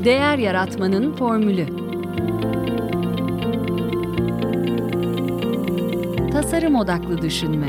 Değer yaratmanın formülü. Tasarım odaklı düşünme.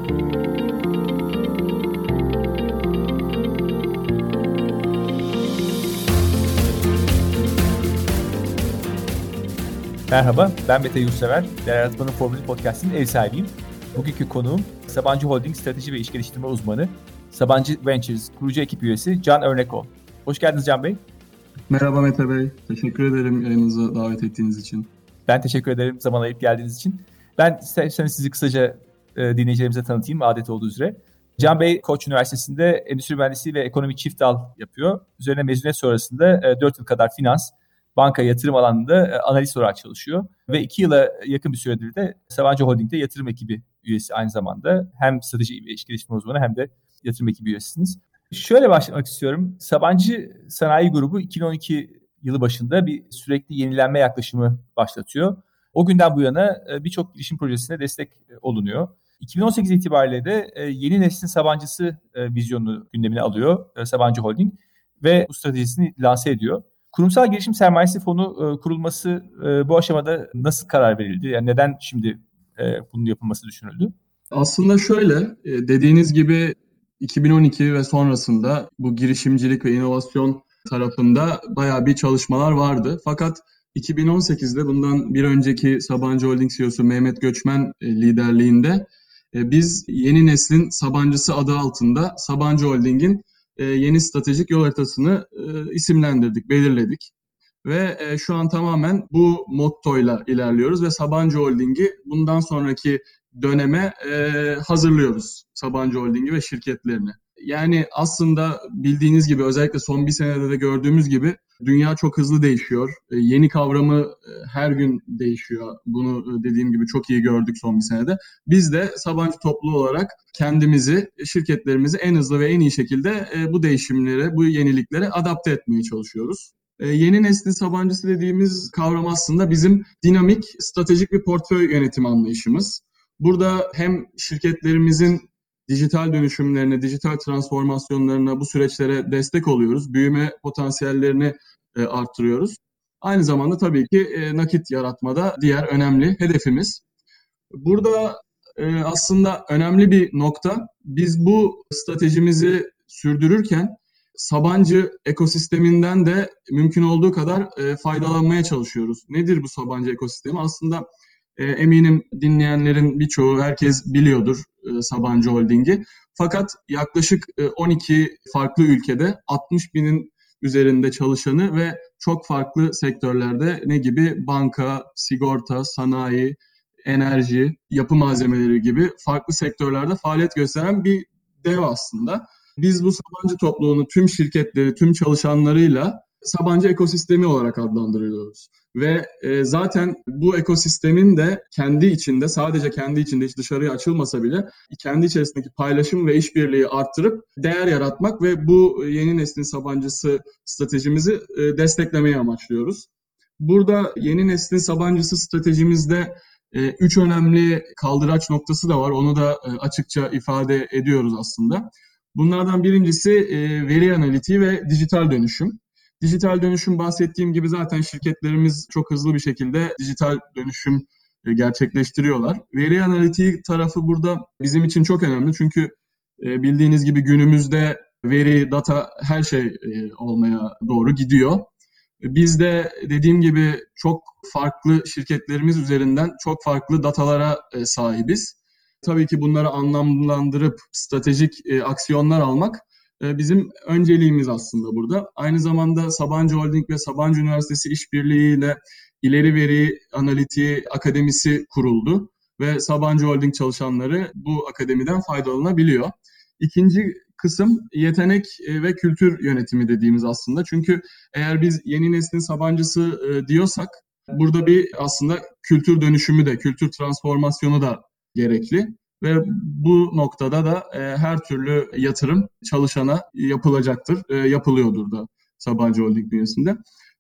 Merhaba, ben Mete Yurtsever. Değer Yaratmanın Formülü Podcast'inin ev sahibiyim. Bugünkü konuğum Sabancı Holding Strateji ve İş Geliştirme Uzmanı, Sabancı Ventures kurucu ekip üyesi Can Örnekol. Hoş geldiniz Can Bey. Merhaba Mete Bey. Teşekkür ederim yayınınıza davet ettiğiniz için. Ben teşekkür ederim zaman ayırıp geldiğiniz için. Ben isterseniz sizi kısaca dinleyicilerimize tanıtayım adet olduğu üzere. Can Bey, Koç Üniversitesi'nde Endüstri Mühendisliği ve Ekonomi çift dal yapıyor. Üzerine mezuniyet sonrasında 4 yıl kadar finans, banka, yatırım alanında analist olarak çalışıyor. Ve 2 yıla yakın bir süredir de Sabancı Holding'de yatırım ekibi üyesi aynı zamanda. Hem strateji ve iş geliştirme uzmanı hem de yatırım ekibi üyesisiniz. Şöyle başlamak istiyorum. Sabancı Sanayi Grubu 2012 yılı başında bir sürekli yenilenme yaklaşımı başlatıyor. O günden bu yana birçok girişim projesine destek olunuyor. 2018 itibariyle de yeni neslin Sabancısı vizyonunu gündemine alıyor Sabancı Holding ve bu stratejisini lanse ediyor. Kurumsal Girişim Sermayesi Fonu kurulması bu aşamada nasıl karar verildi? Yani neden şimdi bunun yapılması düşünüldü? Aslında şöyle, dediğiniz gibi 2012 ve sonrasında bu girişimcilik ve inovasyon tarafında bayağı bir çalışmalar vardı. Fakat 2018'de bundan bir önceki Sabancı Holding CEO'su Mehmet Göçmen liderliğinde biz yeni neslin Sabancısı adı altında Sabancı Holding'in yeni stratejik yol haritasını isimlendirdik, belirledik. Ve şu an tamamen bu mottoyla ilerliyoruz ve Sabancı Holding'i bundan sonraki döneme hazırlıyoruz. Sabancı Holding'i ve şirketlerini. Yani aslında bildiğiniz gibi özellikle son bir senede de gördüğümüz gibi dünya çok hızlı değişiyor. Yeni kavramı her gün değişiyor. Bunu dediğim gibi çok iyi gördük son bir senede. Biz de Sabancı topluluğu olarak kendimizi, şirketlerimizi en hızlı ve en iyi şekilde bu değişimlere, bu yeniliklere adapte etmeye çalışıyoruz. Yeni neslin Sabancısı dediğimiz kavram aslında bizim dinamik, stratejik bir portföy yönetimi anlayışımız. Burada hem şirketlerimizin dijital dönüşümlerine, dijital transformasyonlarına, bu süreçlere destek oluyoruz. Büyüme potansiyellerini arttırıyoruz. Aynı zamanda tabii ki nakit yaratmada diğer önemli hedefimiz. Burada aslında önemli bir nokta, biz bu stratejimizi sürdürürken Sabancı ekosisteminden de mümkün olduğu kadar faydalanmaya çalışıyoruz. Nedir bu Sabancı ekosistemi? Aslında eminim dinleyenlerin birçoğu, herkes biliyordur Sabancı Holding'i. Fakat yaklaşık 12 farklı ülkede 60 binin üzerinde çalışanı ve çok farklı sektörlerde ne gibi banka, sigorta, sanayi, enerji, yapı malzemeleri gibi farklı sektörlerde faaliyet gösteren bir dev aslında. Biz bu Sabancı topluluğunu tüm şirketleri, tüm çalışanlarıyla Sabancı ekosistemi olarak adlandırıyoruz. Ve zaten bu ekosistemin de kendi içinde, sadece kendi içinde hiç dışarıya açılmasa bile kendi içerisindeki paylaşım ve işbirliği arttırıp değer yaratmak ve bu yeni neslin Sabancısı stratejimizi desteklemeyi amaçlıyoruz. Burada yeni neslin Sabancısı stratejimizde 3 önemli kaldıraç noktası da var. Onu da açıkça ifade ediyoruz aslında. Bunlardan birincisi veri analitiği ve dijital dönüşüm. Dijital dönüşüm bahsettiğim gibi zaten şirketlerimiz çok hızlı bir şekilde dijital dönüşüm gerçekleştiriyorlar. Veri analitiği tarafı burada bizim için çok önemli. Çünkü bildiğiniz gibi günümüzde veri, data her şey olmaya doğru gidiyor. Biz de dediğim gibi çok farklı şirketlerimiz üzerinden çok farklı datalara sahibiz. Tabii ki bunları anlamlandırıp stratejik aksiyonlar almak bizim önceliğimiz aslında burada. Aynı zamanda Sabancı Holding ve Sabancı Üniversitesi işbirliğiyle İleri Veri Analitiği Akademisi kuruldu ve Sabancı Holding çalışanları bu akademiden faydalanabiliyor. İkinci kısım yetenek ve kültür yönetimi dediğimiz aslında. Çünkü eğer biz yeni neslin Sabancısı diyorsak burada bir aslında kültür dönüşümü de, kültür transformasyonu da gerekli. Ve bu noktada da her türlü yatırım çalışana yapılacaktır, yapılıyordur da Sabancı Holding bünyesinde.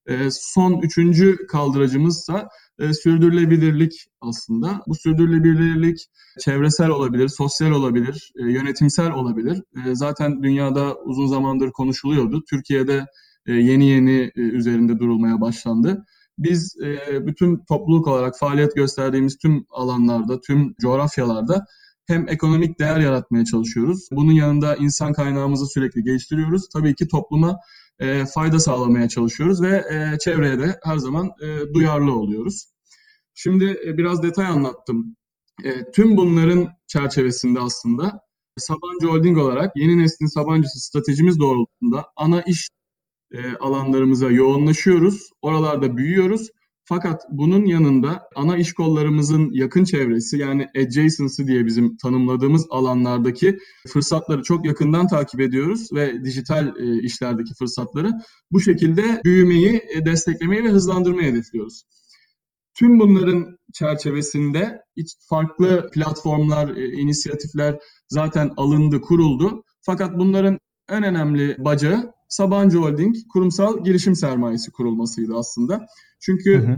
Son üçüncü kaldıracımızsa sürdürülebilirlik aslında. Bu sürdürülebilirlik çevresel olabilir, sosyal olabilir, yönetimsel olabilir. Zaten dünyada uzun zamandır konuşuluyordu. Türkiye'de yeni üzerinde durulmaya başlandı. Biz bütün topluluk olarak faaliyet gösterdiğimiz tüm alanlarda, tüm coğrafyalarda hem ekonomik değer yaratmaya çalışıyoruz. Bunun yanında insan kaynağımızı sürekli geliştiriyoruz. Tabii ki topluma fayda sağlamaya çalışıyoruz ve çevreye de her zaman duyarlı oluyoruz. Şimdi biraz detay anlattım. Tüm bunların çerçevesinde aslında Sabancı Holding olarak yeni neslin Sabancısı stratejimiz doğrultusunda ana iş alanlarımıza yoğunlaşıyoruz. Oralarda büyüyoruz. Fakat bunun yanında ana iş kollarımızın yakın çevresi yani adjacency diye bizim tanımladığımız alanlardaki fırsatları çok yakından takip ediyoruz ve dijital işlerdeki fırsatları bu şekilde büyümeyi, desteklemeyi ve hızlandırmayı hedefliyoruz. Tüm bunların çerçevesinde farklı platformlar, inisiyatifler zaten alındı, kuruldu. Fakat bunların en önemli bacağı Sabancı Holding kurumsal girişim sermayesi kurulmasıydı aslında. Çünkü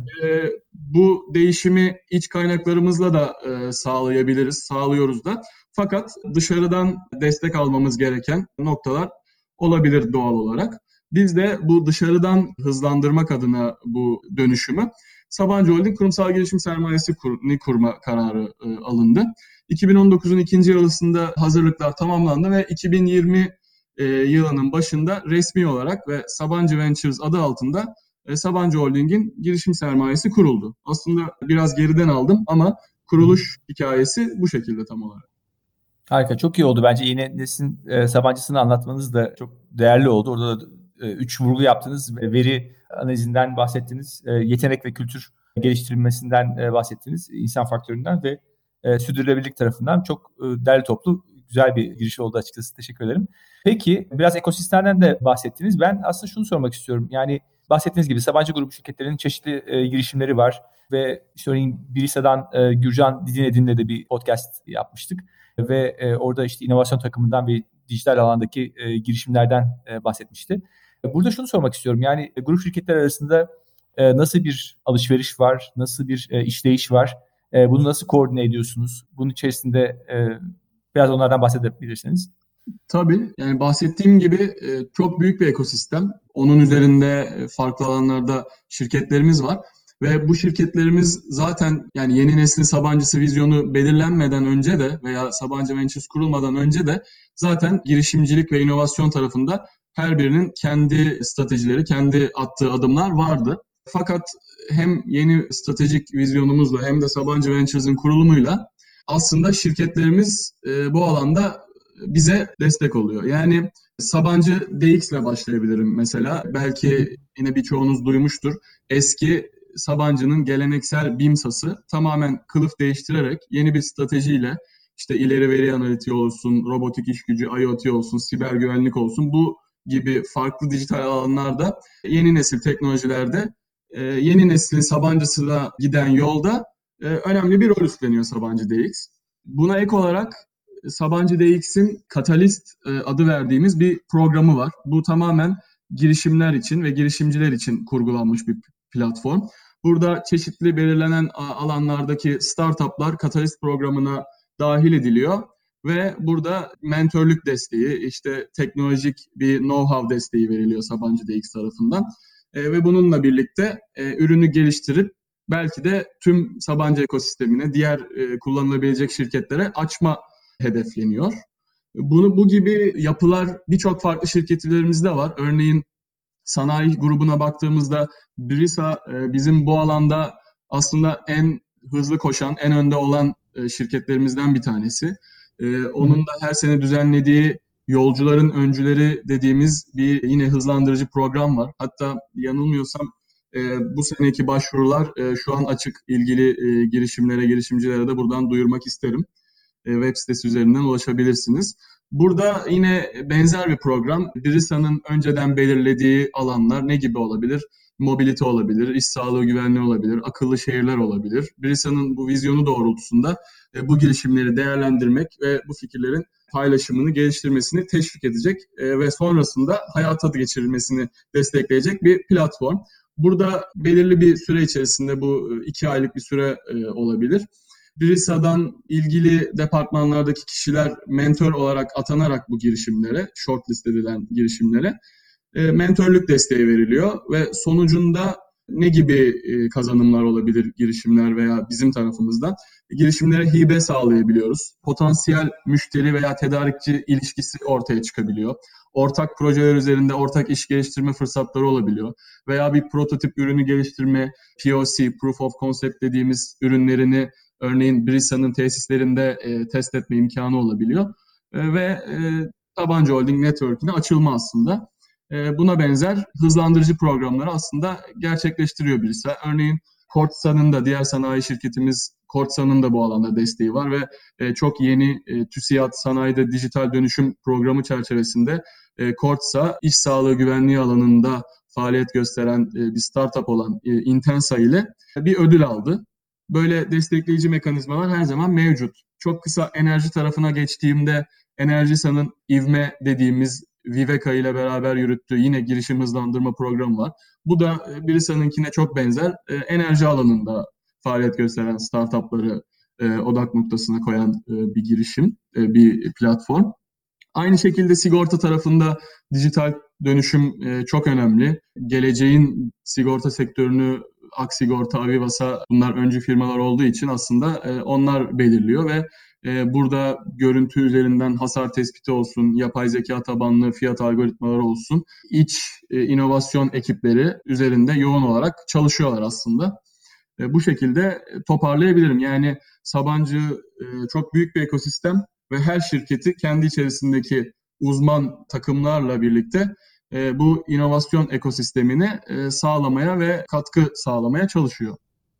bu değişimi iç kaynaklarımızla da sağlayabiliriz, sağlıyoruz da. Fakat dışarıdan destek almamız gereken noktalar olabilir doğal olarak. Biz de bu dışarıdan hızlandırmak adına bu dönüşümü Sabancı Holding kurumsal girişim sermayesi kurma kararı alındı. 2019'un ikinci yarısında hazırlıklar tamamlandı ve 2020 yılının başında resmi olarak ve Sabancı Ventures adı altında Sabancı Holding'in girişim sermayesi kuruldu. Aslında biraz geriden aldım ama kuruluş hikayesi bu şekilde tam olarak. Harika, çok iyi oldu. Bence yeni neslin Sabancısını anlatmanız da çok değerli oldu. Orada da 3 vurgu yaptınız. Veri analizinden bahsettiniz. Yetenek ve kültür geliştirilmesinden bahsettiniz. İnsan faktöründen ve sürdürülebilirlik tarafından çok değerli toplu, güzel bir giriş oldu açıkçası. Teşekkür ederim. Peki biraz ekosistemden de bahsettiniz. Ben aslında şunu sormak istiyorum. Yani bahsettiğiniz gibi Sabancı grubu şirketlerinin çeşitli girişimleri var. Ve işte örneğin Birisa'dan Gürcan Didinedin'le de bir podcast yapmıştık. Ve orada işte inovasyon takımından ve dijital alandaki girişimlerden bahsetmişti. Burada şunu sormak istiyorum. Yani grup şirketler arasında nasıl bir alışveriş var? Nasıl bir işleyiş var? Bunu nasıl koordine ediyorsunuz? Bunun içerisinde biraz onlardan bahsedebilirsiniz. Tabii yani bahsettiğim gibi çok büyük bir ekosistem. Onun üzerinde farklı alanlarda şirketlerimiz var. Ve bu şirketlerimiz zaten yani yeni neslin Sabancısı vizyonu belirlenmeden önce de veya Sabancı Ventures kurulmadan önce de zaten girişimcilik ve inovasyon tarafında her birinin kendi stratejileri, kendi attığı adımlar vardı. Fakat hem yeni stratejik vizyonumuzla hem de Sabancı Ventures'ın kurulumuyla aslında şirketlerimiz bu alanda bize destek oluyor. Yani Sabancı DX ile başlayabilirim mesela. Belki yine birçoğunuz duymuştur. Eski Sabancı'nın geleneksel BIMSA'sı tamamen kılıf değiştirerek yeni bir stratejiyle işte ileri veri analitiği olsun, robotik iş gücü, IoT olsun, siber güvenlik olsun bu gibi farklı dijital alanlarda yeni nesil teknolojilerde yeni neslin Sabancısı'na giden yolda önemli bir rol üstleniyor Sabancı DX. Buna ek olarak Sabancı DX'in Catalyst adı verdiğimiz bir programı var. Bu tamamen girişimler için ve girişimciler için kurgulanmış bir platform. Burada çeşitli belirlenen alanlardaki startuplar Catalyst programına dahil ediliyor ve burada mentörlük desteği, işte teknolojik bir know-how desteği veriliyor Sabancı DX tarafından. Ve bununla birlikte ürünü geliştirip belki de tüm Sabancı ekosistemine, diğer kullanılabilecek şirketlere açma hedefleniyor. Bu gibi yapılar birçok farklı şirketlerimizde var. Örneğin sanayi grubuna baktığımızda Birisa bizim bu alanda aslında en hızlı koşan, en önde olan şirketlerimizden bir tanesi. Onun da her sene düzenlediği yolcuların öncüleri dediğimiz bir yine hızlandırıcı program var. Hatta yanılmıyorsam bu seneki başvurular şu an açık, ilgili girişimcilere de buradan duyurmak isterim. Web sitesi üzerinden ulaşabilirsiniz. Burada yine benzer bir program. Birisa'nın önceden belirlediği alanlar ne gibi olabilir? Mobilite olabilir, iş sağlığı güvenliği olabilir, akıllı şehirler olabilir. Birisa'nın bu vizyonu doğrultusunda bu girişimleri değerlendirmek ve bu fikirlerin paylaşımını, geliştirmesini teşvik edecek ve sonrasında hayata geçirilmesini destekleyecek bir platform. Burada belirli bir süre içerisinde bu 2 aylık bir süre olabilir. Birisa'dan ilgili departmanlardaki kişiler mentor olarak atanarak bu girişimlere, shortlist edilen girişimlere mentörlük desteği veriliyor ve sonucunda ne gibi kazanımlar olabilir girişimler veya bizim tarafımızdan? Girişimlere hibe sağlayabiliyoruz. Potansiyel müşteri veya tedarikçi ilişkisi ortaya çıkabiliyor. Ortak projeler üzerinde ortak iş geliştirme fırsatları olabiliyor. Veya bir prototip ürünü geliştirme, POC, Proof of Concept dediğimiz ürünlerini örneğin Brisa'nın tesislerinde test etme imkanı olabiliyor. Ve Sabancı Holding Network'ine açılma aslında. Buna benzer hızlandırıcı programları aslında gerçekleştiriyor birisi. Örneğin Kortsa'nın da, diğer sanayi şirketimiz Kortsa'nın da bu alanda desteği var ve çok yeni TÜSİAD Sanayi'de dijital dönüşüm programı çerçevesinde Kortsa iş sağlığı güvenliği alanında faaliyet gösteren bir startup olan Intensa ile bir ödül aldı. Böyle destekleyici mekanizmalar her zaman mevcut. Çok kısa enerji tarafına geçtiğimde Enerjisa'nın İvme dediğimiz Viveka ile beraber yürüttüğü yine girişim hızlandırma programı var. Bu da Brisa'nınkine çok benzer enerji alanında faaliyet gösteren startupları odak noktasına koyan bir girişim, bir platform. Aynı şekilde sigorta tarafında dijital dönüşüm çok önemli. Geleceğin sigorta sektörünü Aksigorta, Avivasa bunlar öncü firmalar olduğu için aslında onlar belirliyor ve burada görüntü üzerinden hasar tespiti olsun, yapay zeka tabanlı fiyat algoritmaları olsun, iç inovasyon ekipleri üzerinde yoğun olarak çalışıyorlar aslında. Bu şekilde toparlayabilirim. Yani Sabancı çok büyük bir ekosistem ve her şirketi kendi içerisindeki uzman takımlarla birlikte bu inovasyon ekosistemini sağlamaya ve katkı sağlamaya çalışıyor.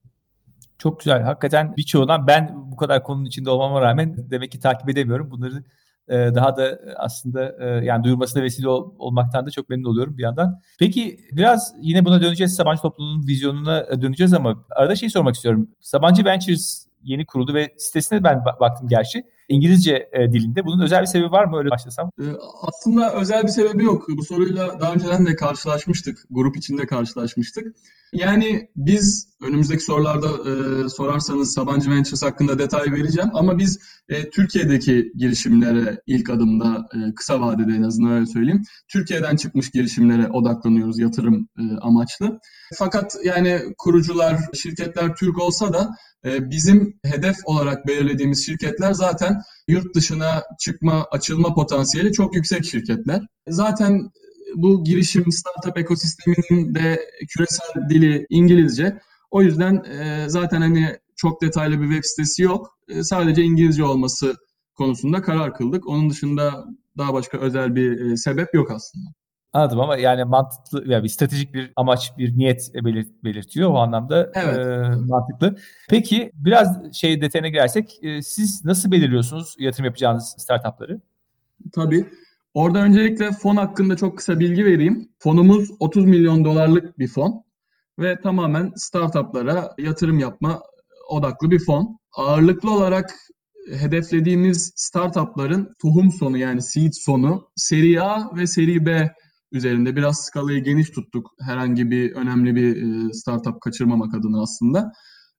Çok güzel. Hakikaten birçoğundan ben bu kadar konunun içinde olmama rağmen demek ki takip edemiyorum. Bunları daha da aslında yani duyurmasına vesile olmaktan da çok memnun oluyorum bir yandan. Peki biraz yine buna döneceğiz. Sabancı Topluluğu'nun vizyonuna döneceğiz ama arada sormak istiyorum. Sabancı Ventures yeni kuruldu ve sitesine ben baktım gerçi. İngilizce dilinde. Bunun özel bir sebebi var mı? Öyle başlasam. Aslında özel bir sebebi yok. Bu soruyla daha önceden de karşılaşmıştık. Grup içinde karşılaşmıştık. Yani biz önümüzdeki sorularda sorarsanız Sabancı Ventures hakkında detay vereceğim. Ama biz Türkiye'deki girişimlere ilk adımda kısa vadede en azından öyle söyleyeyim. Türkiye'den çıkmış girişimlere odaklanıyoruz yatırım amaçlı. Fakat yani kurucular, şirketler Türk olsa da bizim hedef olarak belirlediğimiz şirketler zaten yurt dışına çıkma, açılma potansiyeli çok yüksek şirketler. Zaten bu girişim startup ekosisteminin de küresel dili İngilizce. O yüzden zaten hani çok detaylı bir web sitesi yok. Sadece İngilizce olması konusunda karar kıldık. Onun dışında daha başka özel bir sebep yok aslında. Anladım ama yani mantıklı, yani bir stratejik bir amaç, bir niyet belirtiyor. O anlamda evet. Mantıklı. Peki biraz detayına girersek siz nasıl belirliyorsunuz yatırım yapacağınız startupları? Tabii. Orada öncelikle fon hakkında çok kısa bilgi vereyim. Fonumuz 30 milyon dolarlık bir fon ve tamamen startuplara yatırım yapma odaklı bir fon. Ağırlıklı olarak hedeflediğimiz startupların tohum sonu yani seed sonu seri A ve seri B üzerinde biraz skalayı geniş tuttuk. Herhangi bir önemli bir startup kaçırmamak adına aslında.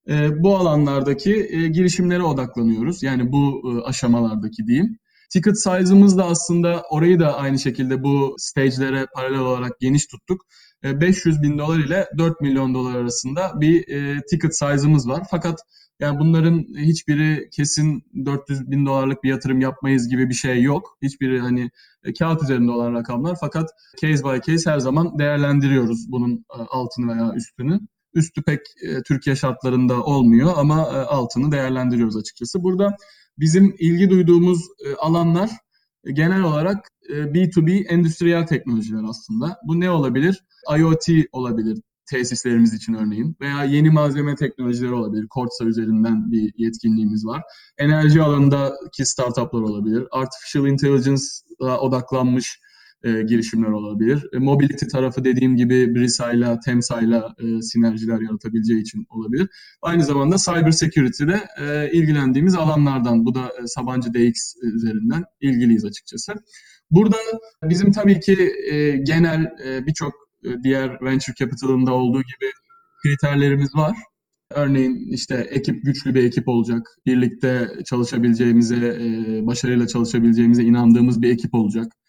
Bu alanlardaki girişimlere odaklanıyoruz. Yani bu aşamalardaki diyeyim. Ticket size'ımız da aslında orayı da aynı şekilde bu stage'lere paralel olarak geniş tuttuk. 500 bin dolar ile 4 milyon dolar arasında bir ticket size'ımız var. Fakat yani bunların hiçbiri kesin 400 bin dolarlık bir yatırım yapmayız gibi bir şey yok. Hiçbiri hani kağıt üzerinde olan rakamlar fakat case by case her zaman değerlendiriyoruz bunun altını veya üstünü. Üstü pek Türkiye şartlarında olmuyor ama altını değerlendiriyoruz açıkçası. Burada bizim ilgi duyduğumuz alanlar genel olarak B2B endüstriyel teknolojiler aslında. Bu ne olabilir? IoT olabilir tesislerimiz için örneğin veya yeni malzeme teknolojileri olabilir. Kortsa üzerinden bir yetkinliğimiz var. Enerji alanındaki startuplar olabilir. Artificial Intelligence'a odaklanmış girişimler olabilir. Mobility tarafı dediğim gibi Brisa'yla, Temsa'yla sinerjiler yaratabileceği için olabilir. Aynı zamanda cyber security'de ilgilendiğimiz alanlardan. Bu da Sabancı DX üzerinden ilgiliyiz açıkçası. Burada bizim tabii ki genel birçok diğer venture capital'ında olduğu gibi kriterlerimiz var. Örneğin işte ekip güçlü bir ekip olacak. Birlikte çalışabileceğimize, başarıyla çalışabileceğimize inandığımız bir ekip olacak.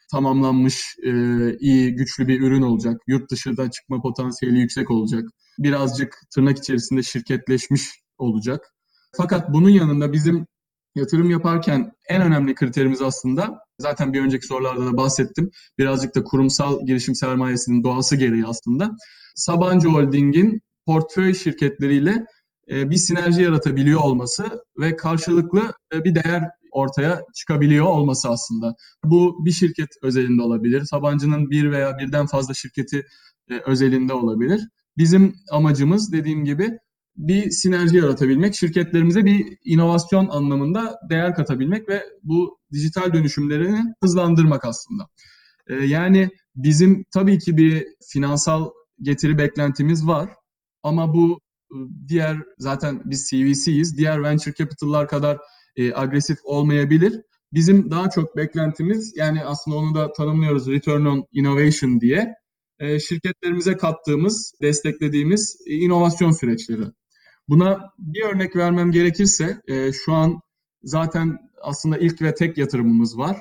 tamamlanmış, iyi, güçlü bir ürün olacak. Yurt dışında çıkma potansiyeli yüksek olacak. Birazcık tırnak içerisinde şirketleşmiş olacak. Fakat bunun yanında bizim yatırım yaparken en önemli kriterimiz aslında, zaten bir önceki sorularda da bahsettim, birazcık da kurumsal girişim sermayesinin doğası gereği aslında Sabancı Holding'in portföy şirketleriyle bir sinerji yaratabiliyor olması ve karşılıklı bir değer ortaya çıkabiliyor olması aslında. Bu bir şirket özelinde olabilir. Sabancı'nın bir veya birden fazla şirketi özelinde olabilir. Bizim amacımız dediğim gibi bir sinerji yaratabilmek, şirketlerimize bir inovasyon anlamında değer katabilmek ve bu dijital dönüşümlerini hızlandırmak aslında. Yani bizim tabii ki bir finansal getiri beklentimiz var ama bu diğer, zaten biz CVC'yiz, diğer venture capital'lar kadar agresif olmayabilir. Bizim daha çok beklentimiz, yani aslında onu da tanımlıyoruz, return on innovation diye, şirketlerimize kattığımız, desteklediğimiz inovasyon süreçleri. Buna bir örnek vermem gerekirse şu an zaten aslında ilk ve tek yatırımımız var.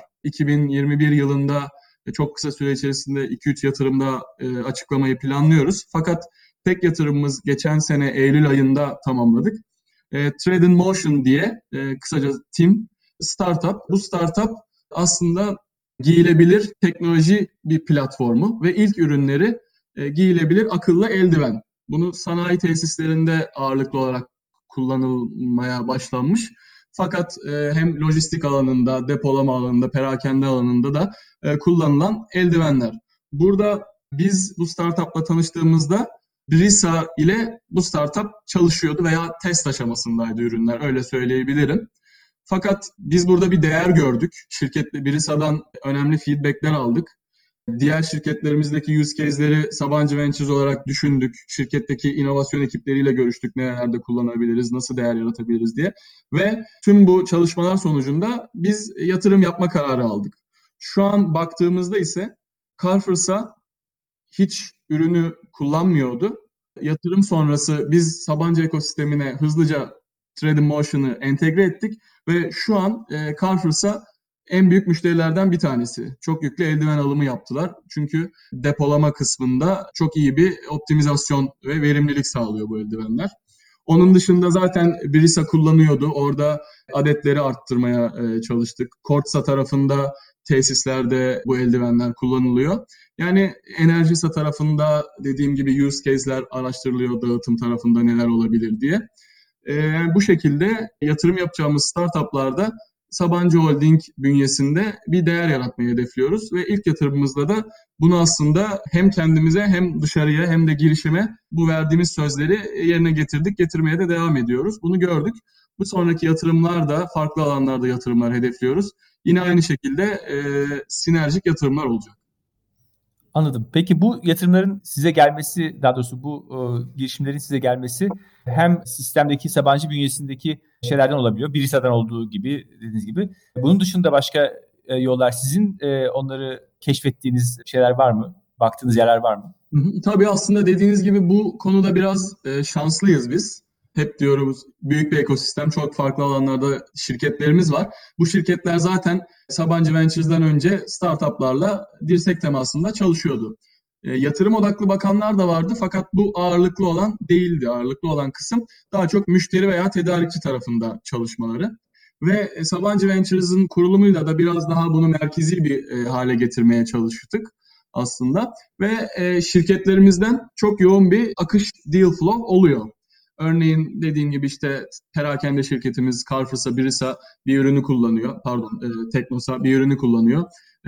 2021 yılında çok kısa süre içerisinde 2-3 yatırımda açıklamayı planlıyoruz. Fakat tek yatırımımız geçen sene Eylül ayında tamamladık. Trade in Motion diye kısaca TIM startup. Bu startup aslında giyilebilir teknoloji bir platformu ve ilk ürünleri giyilebilir akıllı eldiven. Bunu sanayi tesislerinde ağırlıklı olarak kullanılmaya başlanmış. Fakat hem lojistik alanında, depolama alanında, perakende alanında da kullanılan eldivenler. Burada biz bu startupla tanıştığımızda Brisa ile bu startup çalışıyordu veya test aşamasındaydı ürünler, öyle söyleyebilirim. Fakat biz burada bir değer gördük. Şirketle Brisa'dan önemli feedbackler aldık. Diğer şirketlerimizdeki use case'leri Sabancı Ventures olarak düşündük. Şirketteki inovasyon ekipleriyle görüştük. Nerelerde kullanabiliriz, nasıl değer yaratabiliriz diye. Ve tüm bu çalışmalar sonucunda biz yatırım yapma kararı aldık. Şu an baktığımızda ise Carrefour'sa hiç ürünü kullanmıyordu. Yatırım sonrası biz Sabancı ekosistemine hızlıca Trade in Motion'ı entegre ettik ve şu an Carrefour'sa en büyük müşterilerden bir tanesi. Çok yüklü eldiven alımı yaptılar. Çünkü depolama kısmında çok iyi bir optimizasyon ve verimlilik sağlıyor bu eldivenler. Onun dışında zaten Brisa kullanıyordu. Orada adetleri arttırmaya çalıştık. Kortsa tarafında tesislerde bu eldivenler kullanılıyor. Yani Enerjisa tarafında dediğim gibi use case'ler araştırılıyor, dağıtım tarafında neler olabilir diye. Bu şekilde yatırım yapacağımız startuplarda Sabancı Holding bünyesinde bir değer yaratmayı hedefliyoruz ve ilk yatırımımızda da bunu aslında hem kendimize hem dışarıya hem de girişime bu verdiğimiz sözleri yerine getirdik, getirmeye de devam ediyoruz. Bunu gördük. Bu sonraki yatırımlarda farklı alanlarda yatırımlar hedefliyoruz. Yine aynı şekilde sinerjik yatırımlar olacak. Anladım. Peki bu yatırımların size gelmesi, daha doğrusu bu girişimlerin size gelmesi hem sistemdeki Sabancı bünyesindeki şeylerden olabiliyor. Brisa'dan olduğu gibi, dediğiniz gibi. Bunun dışında başka yollar, sizin onları keşfettiğiniz şeyler var mı? Baktığınız yerler var mı? Tabii aslında dediğiniz gibi bu konuda biraz şanslıyız biz. Hep diyoruz, büyük bir ekosistem, çok farklı alanlarda şirketlerimiz var. Bu şirketler zaten Sabancı Ventures'dan önce startuplarla dirsek temasında çalışıyordu. Yatırım odaklı bakanlar da vardı fakat bu ağırlıklı olan değildi. Ağırlıklı olan kısım daha çok müşteri veya tedarikçi tarafında çalışmaları. Ve Sabancı Ventures'ın kurulumuyla da biraz daha bunu merkezi bir hale getirmeye çalıştık aslında. Ve şirketlerimizden çok yoğun bir akış, deal flow oluyor. Örneğin dediğim gibi işte perakende şirketimiz Carrefour'sa, Brisa bir ürünü kullanıyor. Teknosa bir ürünü kullanıyor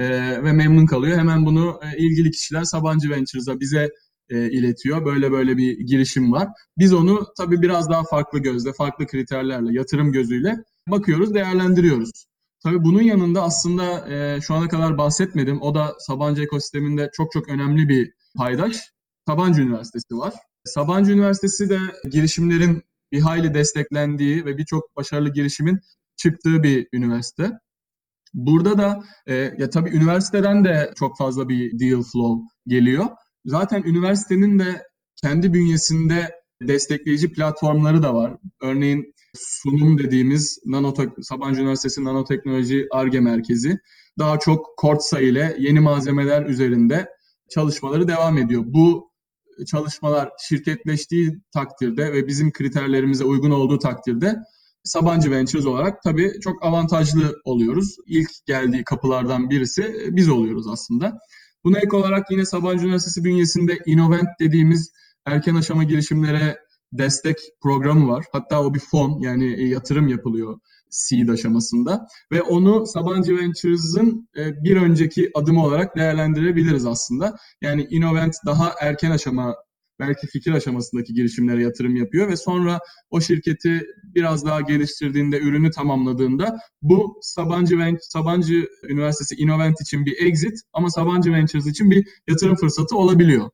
ve memnun kalıyor. Hemen bunu ilgili kişiler Sabancı Ventures'a bize iletiyor. Böyle bir girişim var. Biz onu tabii biraz daha farklı gözle, farklı kriterlerle, yatırım gözüyle bakıyoruz, değerlendiriyoruz. Tabii bunun yanında aslında şu ana kadar bahsetmedim. O da Sabancı ekosisteminde çok önemli bir paydaş. Sabancı Üniversitesi var. Sabancı Üniversitesi de girişimlerin bir hayli desteklendiği ve birçok başarılı girişimin çıktığı bir üniversite. Burada da ya tabii üniversiteden de çok fazla bir deal flow geliyor. Zaten üniversitenin de kendi bünyesinde destekleyici platformları da var. Örneğin Sunum dediğimiz Sabancı Üniversitesi Nanoteknoloji Ar-Ge Merkezi. daha çok Cortsa ile yeni malzemeler üzerinde çalışmaları devam ediyor. Bu çalışmalar şirketleştiği takdirde ve bizim kriterlerimize uygun olduğu takdirde Sabancı Ventures olarak tabii çok avantajlı oluyoruz. İlk geldiği kapılardan birisi biz oluyoruz aslında. Buna ek olarak yine Sabancı Üniversitesi bünyesinde Innovent dediğimiz erken aşama girişimlere destek programı var. Hatta o bir fon, yani yatırım yapılıyor seed aşamasında ve onu Sabancı Ventures'ın bir önceki adımı olarak değerlendirebiliriz aslında. Yani Innovent daha erken aşama, belki fikir aşamasındaki girişimlere yatırım yapıyor ve sonra o şirketi biraz daha geliştirdiğinde, ürünü tamamladığında bu Sabancı Üniversitesi Innovent için bir exit ama Sabancı Ventures için bir yatırım fırsatı olabiliyor.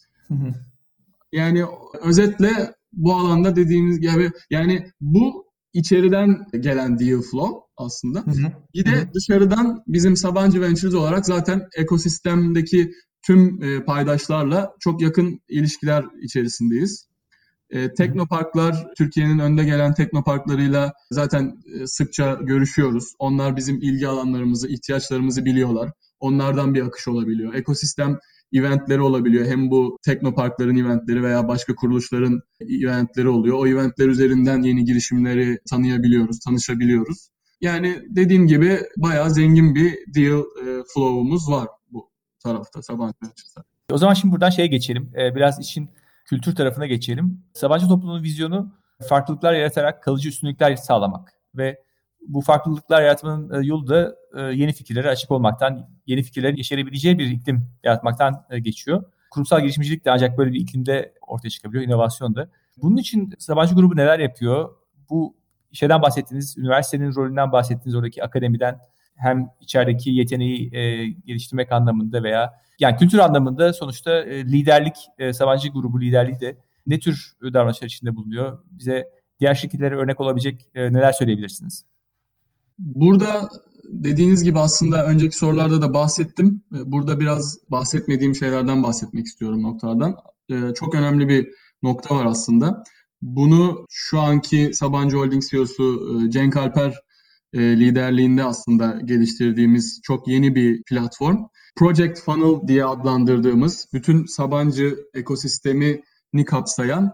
Yani özetle bu alanda dediğimiz gibi, yani bu içeriden gelen deal flow aslında. Bir de dışarıdan bizim Sabancı Ventures olarak zaten ekosistemdeki tüm paydaşlarla çok yakın ilişkiler içerisindeyiz. Teknoparklar, Türkiye'nin önde gelen teknoparklarıyla zaten sıkça görüşüyoruz. Onlar bizim ilgi alanlarımızı, ihtiyaçlarımızı biliyorlar. Onlardan bir akış olabiliyor. Ekosistem eventleri olabiliyor. Hem bu teknoparkların eventleri veya başka kuruluşların eventleri oluyor. O eventler üzerinden yeni girişimleri tanıyabiliyoruz, tanışabiliyoruz. Yani dediğim gibi bayağı zengin bir deal flow'umuz var bu tarafta Sabancı Ventures'ta. O zaman şimdi buradan şeye geçelim. Biraz işin kültür tarafına geçelim. Sabancı toplumunun vizyonu farklılıklar yaratarak kalıcı üstünlükler sağlamak ve bu farklılıklar yaratmanın yolu da yeni fikirlere açık olmaktan, yeni fikirlerin yeşerebileceği bir iklim yaratmaktan geçiyor. Kurumsal girişimcilik de ancak böyle bir iklimde ortaya çıkabiliyor, inovasyon da. Bunun için Sabancı Grubu neler yapıyor? Bu şeyden bahsettiğiniz, üniversitenin rolünden bahsettiğiniz oradaki akademiden hem içerideki yeteneği geliştirmek anlamında veya yani kültür anlamında sonuçta liderlik, Sabancı Grubu liderliği de ne tür davranışlar içinde bulunuyor? Bize diğer şirketlere örnek olabilecek neler söyleyebilirsiniz? Burada dediğiniz gibi aslında önceki sorularda da bahsettim. Burada biraz bahsetmediğim şeylerden bahsetmek istiyorum noktalardan. Çok önemli bir nokta var aslında. Bunu şu anki Sabancı Holding CEO'su Cenk Alper liderliğinde aslında geliştirdiğimiz çok yeni bir platform. Project Funnel diye adlandırdığımız bütün Sabancı ekosistemini kapsayan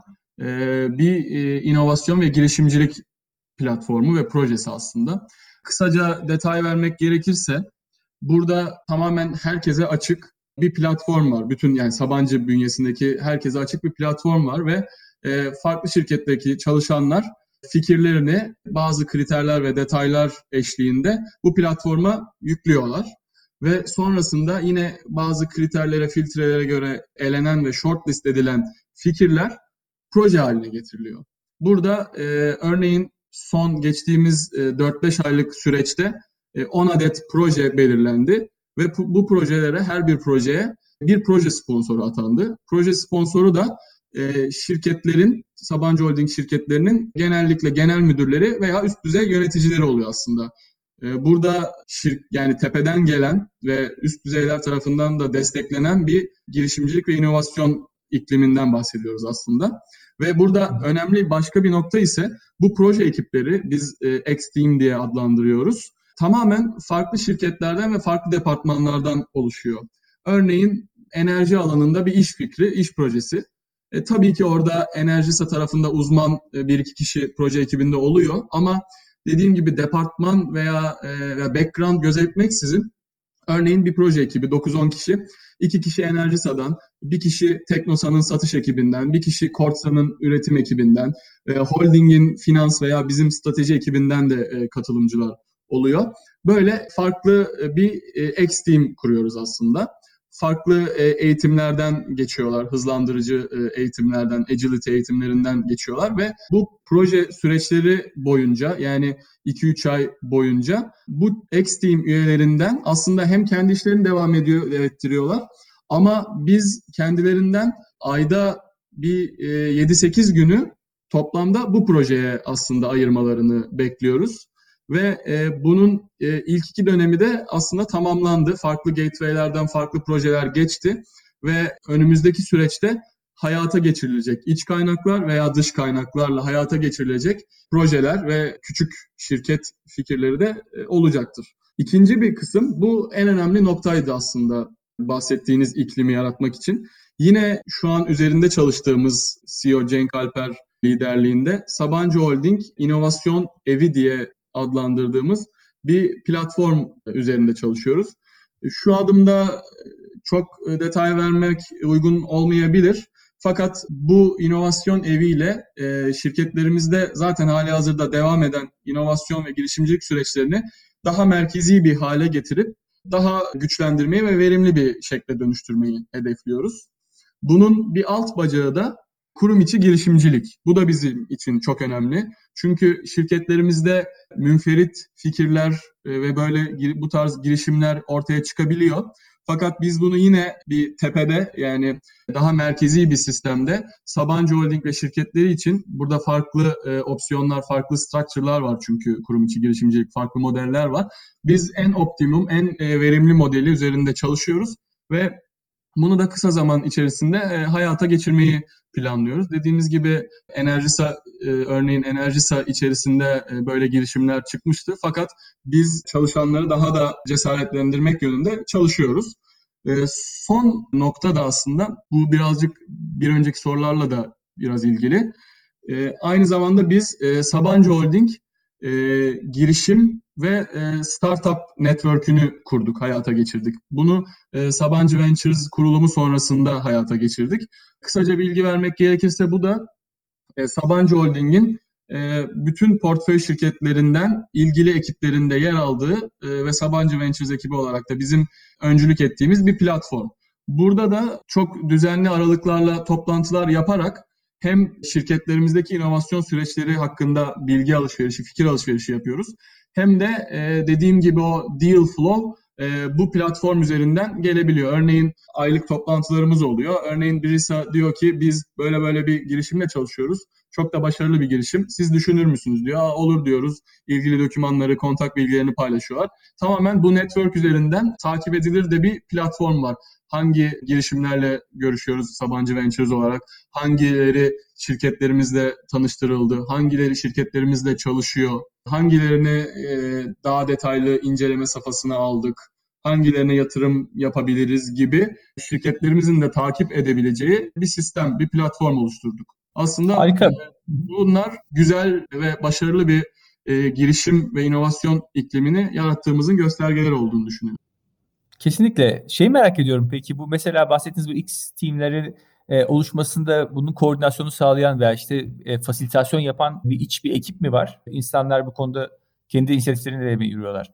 bir inovasyon ve girişimcilik platformu ve projesi aslında. Kısaca detay vermek gerekirse burada tamamen herkese açık bir platform var. Bütün yani Sabancı bünyesindeki herkese açık bir platform var ve farklı şirketteki çalışanlar fikirlerini bazı kriterler ve detaylar eşliğinde bu platforma yüklüyorlar. Ve sonrasında yine bazı kriterlere, filtrelere göre elenen ve shortlist edilen fikirler proje haline getiriliyor. Burada örneğin son geçtiğimiz 4-5 aylık süreçte 10 adet proje belirlendi ve bu projelere, her bir projeye bir proje sponsoru atandı. Proje sponsoru da şirketlerin, Sabancı Holding şirketlerinin genellikle genel müdürleri veya üst düzey yöneticileri oluyor aslında. Burada yani tepeden gelen ve üst düzeyler tarafından da desteklenen bir girişimcilik ve inovasyon ikliminden bahsediyoruz aslında. Ve burada önemli başka bir nokta ise bu proje ekipleri biz X-Team diye adlandırıyoruz. Tamamen farklı şirketlerden ve farklı departmanlardan oluşuyor. Örneğin enerji alanında bir iş fikri, iş projesi. Tabii ki orada Enerjisa tarafında uzman bir iki kişi proje ekibinde oluyor ama dediğim gibi departman veya background gözetmeksizin örneğin bir proje ekibi 9-10 kişi, 2 kişi Enerjisa'dan, 1 kişi Teknosa'nın satış ekibinden, 1 kişi Cortsa'nın üretim ekibinden, Holding'in finans veya bizim strateji ekibinden de katılımcılar oluyor. Böyle farklı bir X-Team kuruyoruz aslında. Farklı eğitimlerden geçiyorlar, hızlandırıcı eğitimlerden, agility eğitimlerinden geçiyorlar ve bu proje süreçleri boyunca yani 2-3 ay boyunca bu X-Team üyelerinden aslında hem kendi işlerini devam ettiriyorlar ama biz kendilerinden ayda bir 7-8 günü toplamda bu projeye aslında ayırmalarını bekliyoruz. Ve bunun ilk 2 dönemi de aslında tamamlandı. Farklı gateway'lerden farklı projeler geçti ve önümüzdeki süreçte hayata geçirilecek iç kaynaklar veya dış kaynaklarla hayata geçirilecek projeler ve küçük şirket fikirleri de olacaktır. İkinci bir kısım, bu en önemli noktaydı aslında bahsettiğiniz iklimi yaratmak için. Yine şu an üzerinde çalıştığımız CEO Cenk Alper liderliğinde Sabancı Holding İnovasyon Evi diye adlandırdığımız bir platform üzerinde çalışıyoruz. Şu adımda çok detay vermek uygun olmayabilir. Fakat bu inovasyon eviyle şirketlerimizde zaten halihazırda devam eden inovasyon ve girişimcilik süreçlerini daha merkezi bir hale getirip daha güçlendirmeyi ve verimli bir şekle dönüştürmeyi hedefliyoruz. Bunun bir alt bacağı da kurum içi girişimcilik. Bu da bizim için çok önemli. Çünkü şirketlerimizde münferit fikirler ve böyle bu tarz girişimler ortaya çıkabiliyor. Fakat biz bunu yine bir tepede, yani daha merkezi bir sistemde Sabancı Holding ve şirketleri için burada farklı opsiyonlar, farklı structure'lar var, çünkü kurum içi girişimcilik, farklı modeller var. Biz en optimum, en verimli modeli üzerinde çalışıyoruz ve bunu da kısa zaman içerisinde hayata geçirmeyi planlıyoruz. Dediğimiz gibi örneğin Enerjisa içerisinde böyle girişimler çıkmıştı. Fakat biz çalışanları daha da cesaretlendirmek yönünde çalışıyoruz. Son nokta da aslında bu birazcık bir önceki sorularla da biraz ilgili. Aynı zamanda biz Sabancı Holding girişim ve startup network'ünü kurduk, hayata geçirdik. Bunu Sabancı Ventures kurulumu sonrasında hayata geçirdik. Kısaca bilgi vermek gerekirse bu da Sabancı Holding'in bütün portföy şirketlerinden ilgili ekiplerinde yer aldığı ve Sabancı Ventures ekibi olarak da bizim öncülük ettiğimiz bir platform. Burada da çok düzenli aralıklarla toplantılar yaparak hem şirketlerimizdeki inovasyon süreçleri hakkında bilgi alışverişi, fikir alışverişi yapıyoruz. Hem de dediğim gibi o deal flow bu platform üzerinden gelebiliyor. Örneğin aylık toplantılarımız oluyor. Örneğin birisi diyor ki biz böyle böyle bir girişimle çalışıyoruz. Çok da başarılı bir girişim. Siz düşünür müsünüz diyor. Olur diyoruz. İlgili dokümanları, kontak bilgilerini paylaşıyorlar. Tamamen bu network üzerinden takip edilir de bir platform var. Hangi girişimlerle görüşüyoruz Sabancı Ventures olarak? Hangileri şirketlerimizle tanıştırıldı? Hangileri şirketlerimizle çalışıyor? Hangilerini daha detaylı inceleme safhasına aldık? Hangilerine yatırım yapabiliriz gibi şirketlerimizin de takip edebileceği bir sistem, bir platform oluşturduk. Aslında Harika. bunlar güzel ve başarılı bir girişim ve inovasyon iklimini yarattığımızın göstergeleri olduğunu düşünüyorum. Kesinlikle. Merak ediyorum, peki bu mesela bahsettiğiniz bu X teamleri oluşmasında bunun koordinasyonu sağlayan veya fasilitasyon yapan bir ekip mi var? İnsanlar bu konuda kendi inisiyatifleriyle mi yürüyorlar?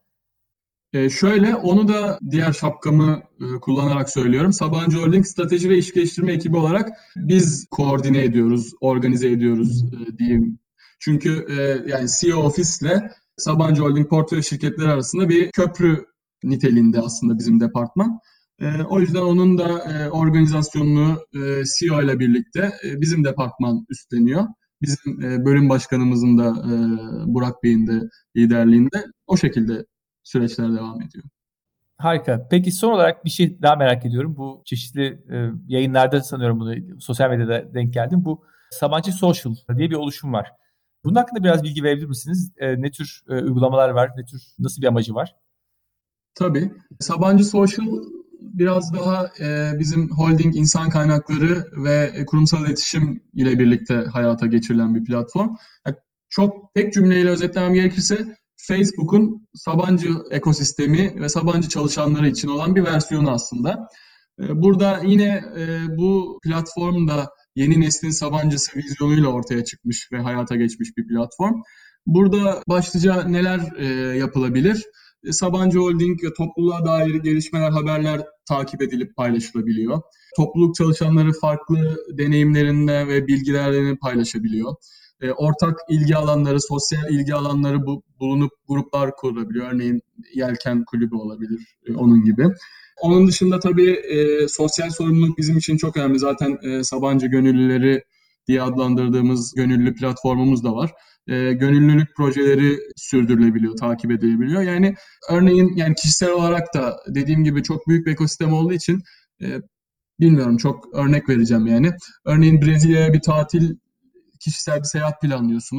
Şöyle, onu da diğer şapkamı kullanarak söylüyorum. Sabancı Holding Strateji ve İş Geliştirme ekibi olarak biz koordine ediyoruz, organize ediyoruz diyeyim. Çünkü yani CEO Office ile Sabancı Holding portföy şirketleri arasında bir köprü niteliğinde aslında bizim departman. O yüzden onun da organizasyonunu CEO ile birlikte bizim departman üstleniyor. Bizim bölüm başkanımızın da Burak Bey'in de liderliğinde o şekilde süreçler devam ediyor. Harika. Peki son olarak bir şey daha merak ediyorum. Bu çeşitli yayınlarda sanıyorum bunu, sosyal medyada denk geldim. Bu Sabancı Social diye bir oluşum var. Bunun hakkında biraz bilgi verebilir misiniz? Ne tür uygulamalar var? Nasıl bir amacı var? Tabii. Sabancı Social biraz daha bizim holding insan kaynakları ve kurumsal iletişim ile birlikte hayata geçirilen bir platform. Çok tek cümleyle özetlemem gerekirse Facebook'un Sabancı ekosistemi ve Sabancı çalışanları için olan bir versiyonu aslında. Burada yine bu platformda yeni neslin Sabancısı vizyonuyla ortaya çıkmış ve hayata geçmiş bir platform. Burada başlıca neler yapılabilir? Sabancı Holding ve topluluğa dair gelişmeler, haberler takip edilip paylaşılabiliyor. Topluluk çalışanları farklı deneyimlerinde ve bilgilerini paylaşabiliyor. Ortak ilgi alanları, sosyal ilgi alanları bulunup gruplar kurulabiliyor. Örneğin Yelken Kulübü olabilir, onun gibi. Onun dışında tabii sosyal sorumluluk bizim için çok önemli. Zaten Sabancı Gönüllüleri diye adlandırdığımız gönüllü platformumuz da var. Gönüllülük projeleri sürdürülebiliyor, takip edilebiliyor. Yani örneğin yani kişisel olarak da dediğim gibi çok büyük bir ekosistem olduğu için bilmiyorum, çok örnek vereceğim yani. Örneğin Brezilya'ya bir tatil, kişisel bir seyahat planlıyorsunuz.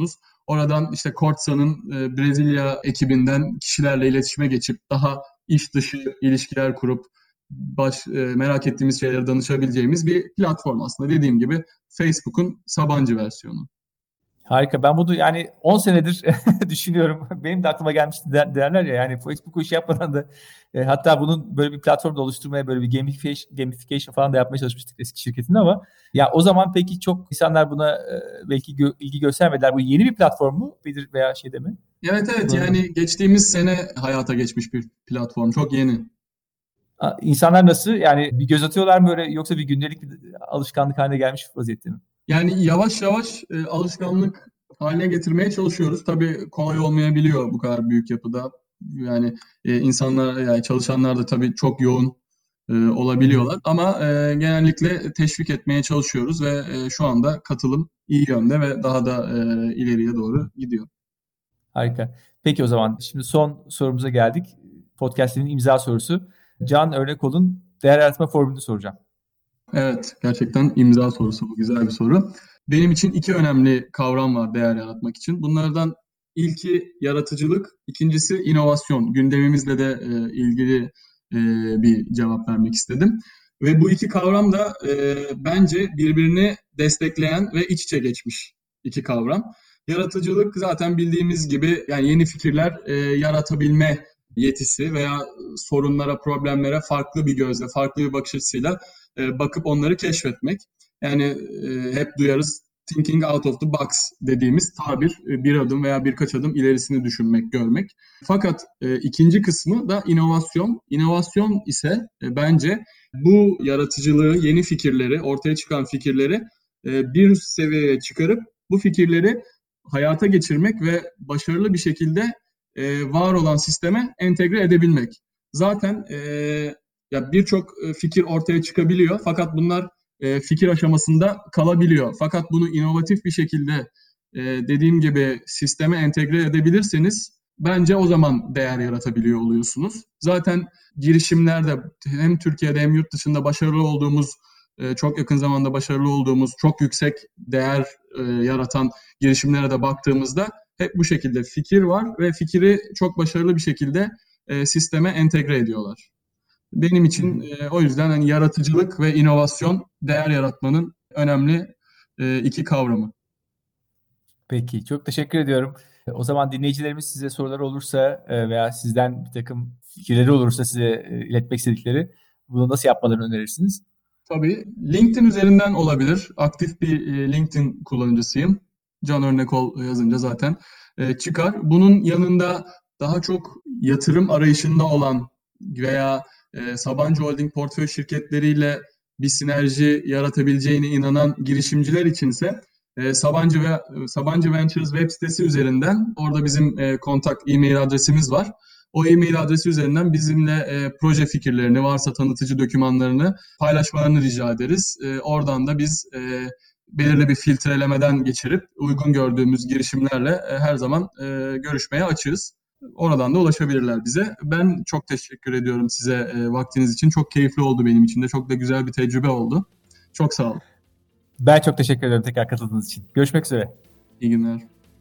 Oradan işte Kortsa'nın Brezilya ekibinden kişilerle iletişime geçip daha iş dışı ilişkiler kurup merak ettiğimiz şeylere danışabileceğimiz bir platform aslında. Dediğim gibi Facebook'un Sabancı versiyonu. Harika. Ben bunu yani 10 senedir düşünüyorum. Benim de aklıma gelmişti derler ya, yani Facebook o işi yapmadan da hatta bunun böyle bir platformda oluşturmaya, böyle bir gamification falan da yapmaya çalışmıştık eski şirketinde, ama ya o zaman peki çok insanlar buna belki ilgi göstermediler. Bu yeni bir platform mu veya şeyde mi? Evet, yani geçtiğimiz sene hayata geçmiş bir platform. Çok yeni. İnsanlar nasıl? Yani bir göz atıyorlar mı böyle, yoksa bir gündelik bir alışkanlık haline gelmiş vaziyette mi? Yani yavaş yavaş alışkanlık haline getirmeye çalışıyoruz. Tabii kolay olmayabiliyor bu kadar büyük yapıda. Yani insanlar, yani çalışanlar da tabii çok yoğun olabiliyorlar. Ama genellikle teşvik etmeye çalışıyoruz ve şu anda katılım iyi yönde ve daha da ileriye doğru gidiyor. Harika. Peki o zaman şimdi son sorumuza geldik. Podcast'in imza sorusu. Can Örnekol'un değer yaratma formülünü soracağım. Evet, gerçekten imza sorusu bu. Güzel bir soru. Benim için iki önemli kavram var değer yaratmak için. Bunlardan ilki yaratıcılık, ikincisi inovasyon. Gündemimizle de ilgili bir cevap vermek istedim. Ve bu iki kavram da bence birbirini destekleyen ve iç içe geçmiş iki kavram. Yaratıcılık zaten bildiğimiz gibi, yani yeni fikirler yaratabilme yetisi veya sorunlara, problemlere farklı bir gözle, farklı bir bakış açısıyla bakıp onları keşfetmek. Yani hep duyarız, thinking out of the box dediğimiz tabir, bir adım veya birkaç adım ilerisini düşünmek, görmek. Fakat ikinci kısmı da inovasyon. İnovasyon ise bence bu yaratıcılığı, yeni fikirleri, ortaya çıkan fikirleri bir üst seviyeye çıkarıp bu fikirleri hayata geçirmek ve başarılı bir şekilde var olan sisteme entegre edebilmek. Zaten ya birçok fikir ortaya çıkabiliyor, fakat bunlar fikir aşamasında kalabiliyor. Fakat bunu inovatif bir şekilde dediğim gibi sisteme entegre edebilirseniz bence o zaman değer yaratabiliyor oluyorsunuz. Zaten girişimlerde hem Türkiye'de hem yurt dışında başarılı olduğumuz, çok yakın zamanda başarılı olduğumuz, çok yüksek değer yaratan girişimlere de baktığımızda hep bu şekilde fikir var ve fikri çok başarılı bir şekilde sisteme entegre ediyorlar. Benim için o yüzden hani yaratıcılık ve inovasyon değer yaratmanın önemli iki kavramı. Peki, çok teşekkür ediyorum. O zaman dinleyicilerimiz, size soruları olursa veya sizden bir takım fikirleri olursa size iletmek istedikleri, bunu nasıl yapmalarını önerirsiniz? Tabii LinkedIn üzerinden olabilir. Aktif bir LinkedIn kullanıcısıyım. Can Örnekol yazınca zaten çıkar. Bunun yanında daha çok yatırım arayışında olan veya Sabancı Holding portföy şirketleriyle bir sinerji yaratabileceğine inanan girişimciler içinse Sabancı Ventures web sitesi üzerinden, orada bizim kontak e-mail adresimiz var. O e-mail adresi üzerinden bizimle proje fikirlerini, varsa tanıtıcı dokümanlarını paylaşmalarını rica ederiz. Oradan da biz belirli bir filtrelemeden geçirip uygun gördüğümüz girişimlerle her zaman görüşmeye açığız. Oradan da ulaşabilirler bize. Ben çok teşekkür ediyorum size vaktiniz için. Çok keyifli oldu benim için de. Çok da güzel bir tecrübe oldu. Çok sağ olun. Ben çok teşekkür ederim tekrar katıldığınız için. Görüşmek üzere. İyi günler.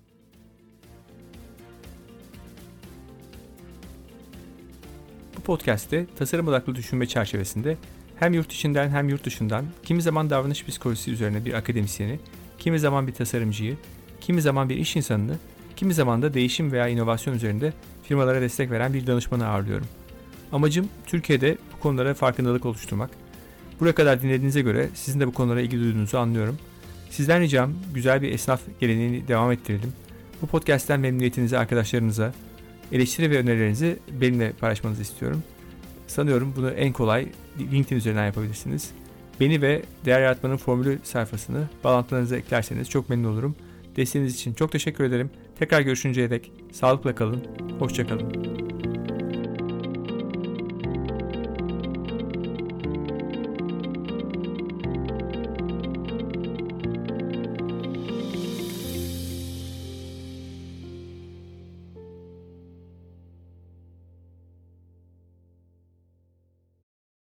Bu podcast'te tasarım odaklı düşünme çerçevesinde hem yurt içinden hem yurt dışından kimi zaman davranış psikolojisi üzerine bir akademisyeni, kimi zaman bir tasarımcıyı, kimi zaman bir iş insanını, kimi zaman da değişim veya inovasyon üzerinde firmalara destek veren bir danışmanı ağırlıyorum. Amacım Türkiye'de bu konulara farkındalık oluşturmak. Buraya kadar dinlediğinize göre sizin de bu konulara ilgi duyduğunuzu anlıyorum. Sizden ricam güzel bir esnaf geleneğini devam ettirelim. Bu podcast'ten memnuniyetinizi arkadaşlarınıza, eleştiri ve önerilerinizi benimle paylaşmanızı istiyorum. Sanıyorum bunu en kolay LinkedIn üzerinden yapabilirsiniz. Beni ve Değer Yaratmanın Formülü sayfasını bağlantılarınıza eklerseniz çok memnun olurum. Desteğiniz için çok teşekkür ederim. Tekrar görüşünceye dek sağlıkla kalın, hoşça kalın.